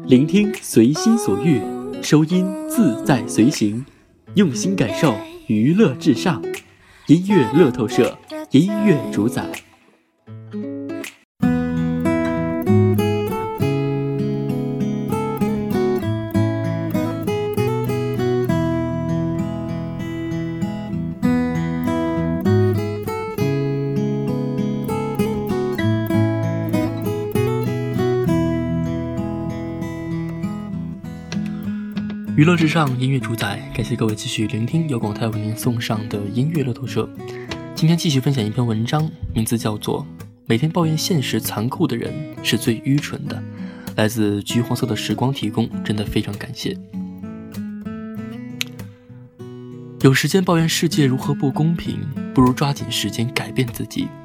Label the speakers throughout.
Speaker 1: 聆听随心所欲，收音自在随行，用心感受，娱乐至上。音乐乐透社，音乐主宰。娱乐至上，音乐主宰，感谢各位继续聆听由广泰为您送上的音乐乐透社。今天继续分享一篇文章，名字叫做每天抱怨现实残酷的人是最愚蠢的，来自橘黄色的时光提供，真的非常感谢。有时间抱怨世界如何不公平，不如抓紧时间改变自己。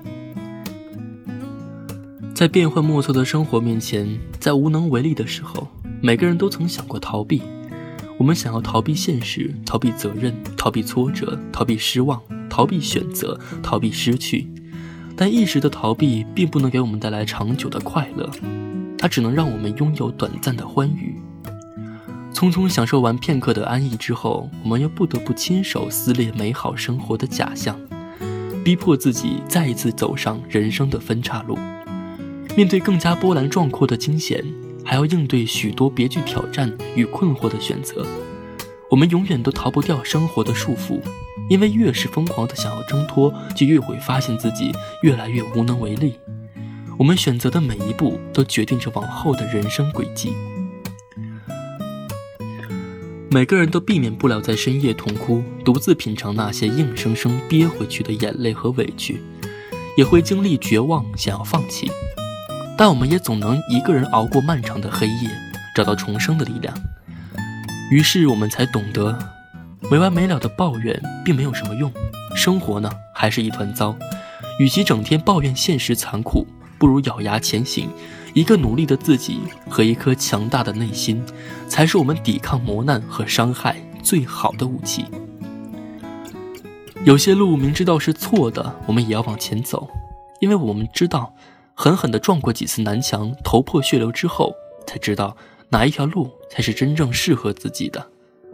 Speaker 1: 在变幻莫测的生活面前，在无能为力的时候，每个人都曾想过逃避。我们想要逃避现实，逃避责任，逃避挫折，逃避失望，逃避选择，逃避失去。但一时的逃避并不能给我们带来长久的快乐，它只能让我们拥有短暂的欢愉。匆匆享受完片刻的安逸之后，我们又不得不亲手撕裂美好生活的假象，逼迫自己再一次走上人生的分岔路。面对更加波澜壮阔的惊险，还要应对许多别具挑战与困惑的选择，我们永远都逃不掉生活的束缚，因为越是疯狂的想要挣脱，就越会发现自己越来越无能为力。我们选择的每一步都决定着往后的人生轨迹。每个人都避免不了在深夜痛哭，独自品尝那些硬生生憋回去的眼泪和委屈，也会经历绝望，想要放弃。但我们也总能一个人熬过漫长的黑夜，找到重生的力量。于是我们才懂得，没完没了的抱怨并没有什么用，生活呢还是一团糟。与其整天抱怨现实残酷，不如咬牙前行。一个努力的自己和一颗强大的内心，才是我们抵抗磨难和伤害最好的武器。有些路明知道是错的，我们也要往前走，因为我们知道狠狠地撞过几次南墙，头破血流之后，才知道哪一条路才是真正适合自己的。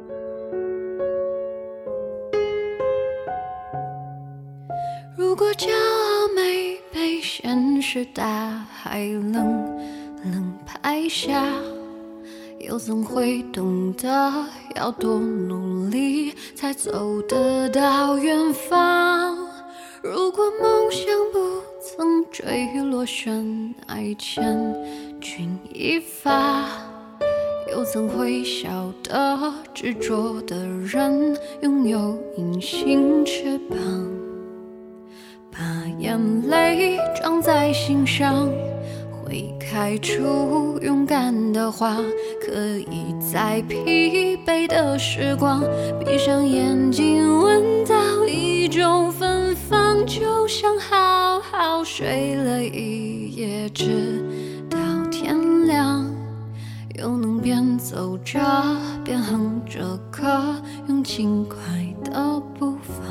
Speaker 2: 如果骄傲没被现实大海冷冷拍下，又怎会懂得要多努力才走得到远方？如果梦想不曾坠落悬崖千钧一发，又怎会晓得执着的人拥有隐形翅膀？把眼泪装在心上，会开出勇敢的花，可以在疲惫的时光，闭上眼睛闻到一种芬芳，就像好好睡了一夜，直到天亮，又能边走着边哼着歌，用轻快的步伐。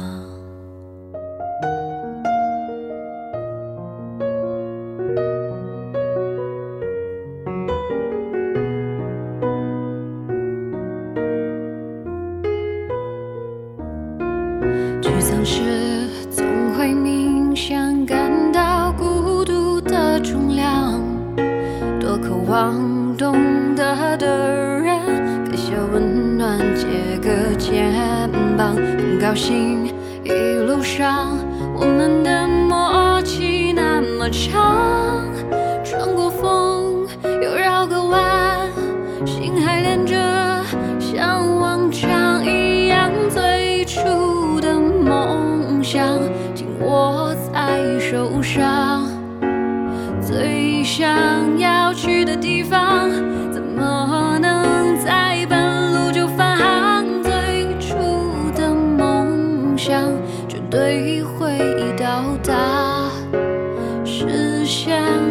Speaker 2: 沮丧时总会明显感到孤独的重量，多渴望懂得的人给些温暖，借个肩膀。很高兴一路上我们的默契那么长，穿过风又绕个弯，心还连着像往常一样，最初的梦想紧握在手上，最想要去的地方，怎么能在半路就返航？最初的梦想绝对会到达，实现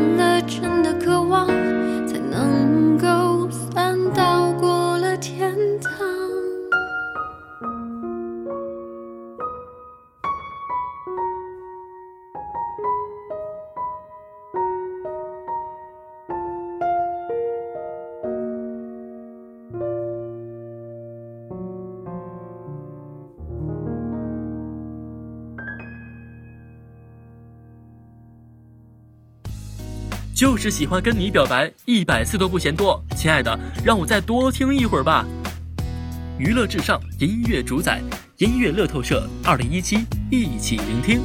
Speaker 1: 就是喜欢跟你表白，100次都不嫌多。亲爱的，让我再多听一会儿吧。娱乐至上，音乐主宰，音乐乐透社2017，一起聆听。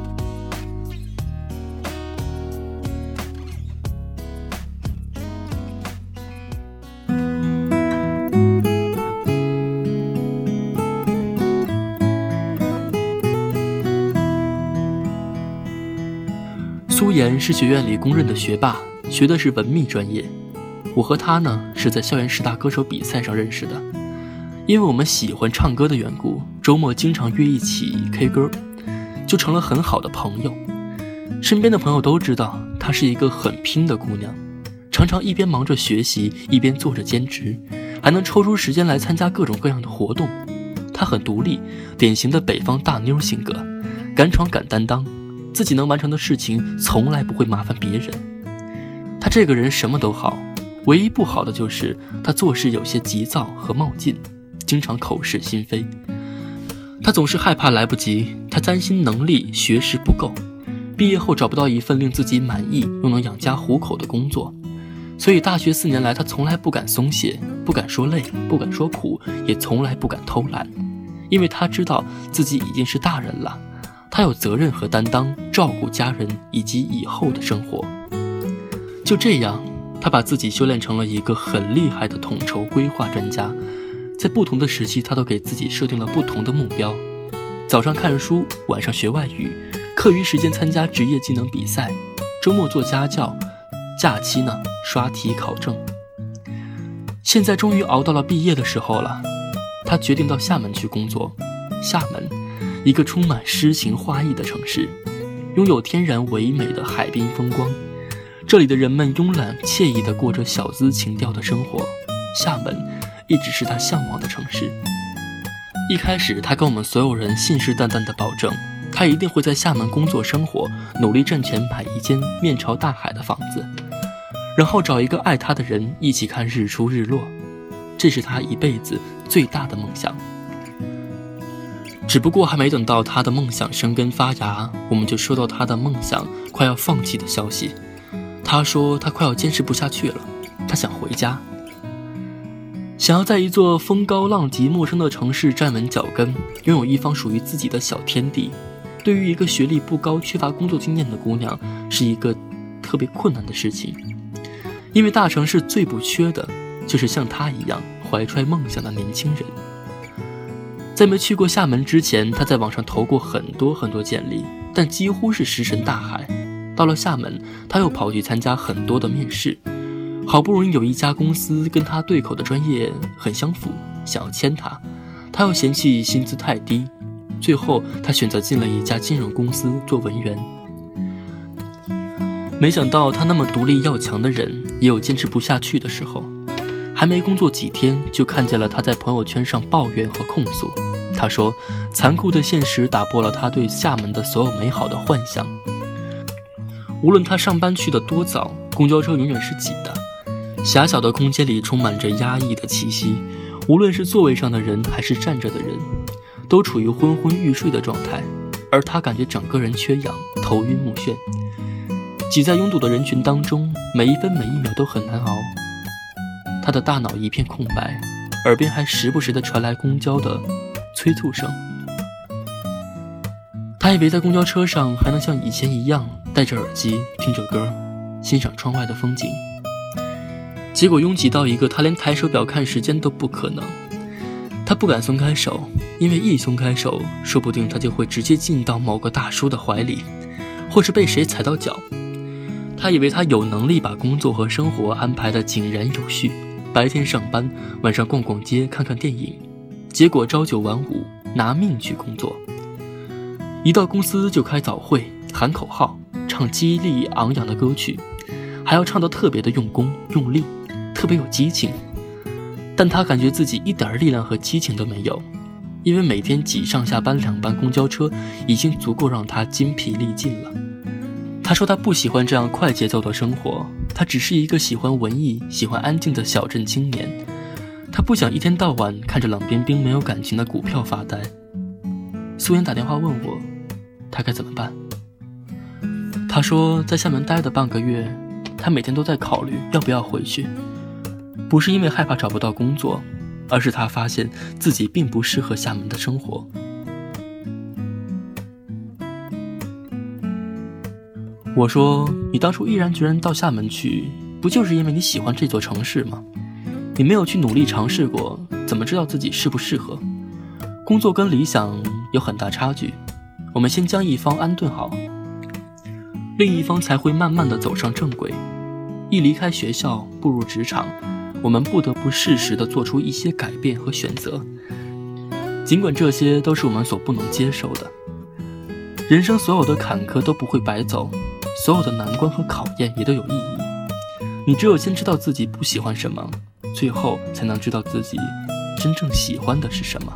Speaker 1: 苏妍是学院里公认的学霸，学的是文秘专业。我和她呢是在校园10大歌手比赛上认识的，因为我们喜欢唱歌的缘故，周末经常约一起 K 歌，就成了很好的朋友。身边的朋友都知道她是一个很拼的姑娘，常常一边忙着学习，一边做着兼职，还能抽出时间来参加各种各样的活动。她很独立，典型的北方大妞性格，敢闯敢担当，自己能完成的事情从来不会麻烦别人。他这个人什么都好，唯一不好的就是他做事有些急躁和冒进，经常口是心非。他总是害怕来不及，他担心能力学识不够，毕业后找不到一份令自己满意又能养家糊口的工作。所以大学4年来，他从来不敢松懈，不敢说累，不敢说苦，也从来不敢偷懒，因为他知道自己已经是大人了，他有责任和担当，照顾家人以及以后的生活。就这样，他把自己修炼成了一个很厉害的统筹规划专家。在不同的时期，他都给自己设定了不同的目标：早上看书，晚上学外语，课余时间参加职业技能比赛，周末做家教，假期呢刷题考证。现在终于熬到了毕业的时候了，他决定到厦门去工作。厦门，一个充满诗情画意的城市，拥有天然唯美的海滨风光，这里的人们慵懒惬意地过着小资情调的生活。厦门一直是他向往的城市。一开始他跟我们所有人信誓旦旦地保证，他一定会在厦门工作生活，努力挣钱买一间面朝大海的房子，然后找一个爱他的人一起看日出日落，这是他一辈子最大的梦想。只不过还没等到他的梦想生根发芽，我们就收到他的梦想快要放弃的消息。他说他快要坚持不下去了，他想回家，想要在一座风高浪急陌生的城市站稳脚跟，拥有一方属于自己的小天地。对于一个学历不高、缺乏工作经验的姑娘，是一个特别困难的事情。因为大城市最不缺的就是像她一样怀揣梦想的年轻人。在没去过厦门之前，他在网上投过很多简历，但几乎是石沉大海。到了厦门，他又跑去参加很多的面试，好不容易有一家公司跟他对口的专业很相符，想要签他，他又嫌弃薪资太低，最后他选择进了一家金融公司做文员。没想到他那么独立要强的人，也有坚持不下去的时候。还没工作几天，就看见了他在朋友圈上抱怨和控诉。他说，残酷的现实打破了他对厦门的所有美好的幻想。无论他上班去得多早，公交车永远是挤的，狭小的空间里充满着压抑的气息，无论是座位上的人还是站着的人，都处于昏昏欲睡的状态，而他感觉整个人缺氧，头晕目眩。挤在拥堵的人群当中，每一分每一秒都很难熬。他的大脑一片空白，耳边还时不时地传来公交的催促声。他以为在公交车上还能像以前一样戴着耳机听着歌，欣赏窗外的风景，结果拥挤到一个他连抬手表看时间都不可能。他不敢松开手，因为一松开手，说不定他就会直接进到某个大叔的怀里，或是被谁踩到脚。他以为他有能力把工作和生活安排得井然有序，白天上班，晚上逛逛街看看电影，结果朝9晚5，拿命去工作。一到公司就开早会，喊口号，唱激励昂扬的歌曲，还要唱得特别的用功用力，特别有激情。但他感觉自己一点力量和激情都没有，因为每天挤上下班2班公交车已经足够让他筋疲力尽了。他说他不喜欢这样快节奏的生活，他只是一个喜欢文艺、喜欢安静的小镇青年。他不想一天到晚看着冷冰冰没有感情的股票发呆。苏妍打电话问我，他该怎么办？他说在厦门待的半个月， 他每天都在考虑要不要回去，不是因为害怕找不到工作，而是他发现自己并不适合厦门的生活。我说，你当初毅然决然到厦门去，不就是因为你喜欢这座城市吗？你没有去努力尝试过，怎么知道自己适不适合？工作跟理想有很大差距，我们先将一方安顿好，另一方才会慢慢地走上正轨。一离开学校步入职场，我们不得不适时地做出一些改变和选择，尽管这些都是我们所不能接受的。人生所有的坎坷都不会白走，所有的难关和考验也都有意义。你只有先知道自己不喜欢什么，最后才能知道自己真正喜欢的是什么。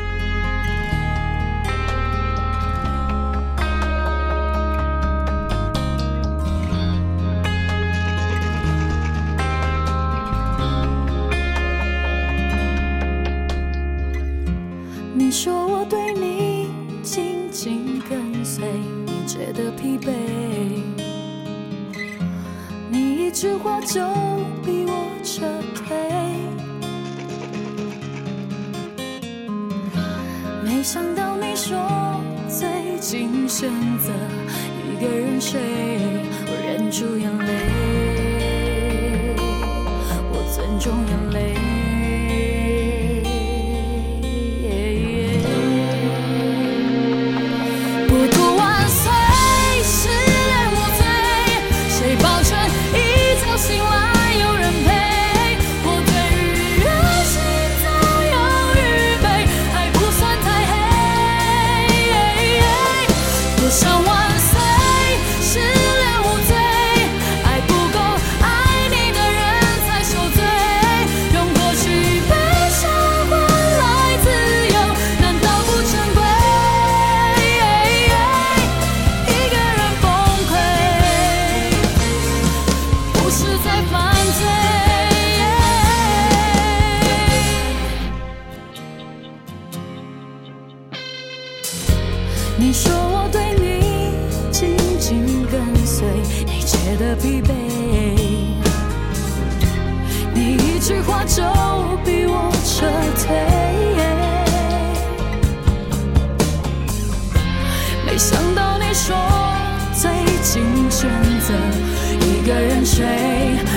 Speaker 2: 你说我对你紧紧跟随，你觉得疲惫，你一句话就逼我撤退，没想到你说最近选择一个人睡，我忍住眼泪，我尊重眼泪。你说我对你紧紧跟随，你觉得疲惫，你一句话就逼我撤退，没想到你说最近选择一个人睡，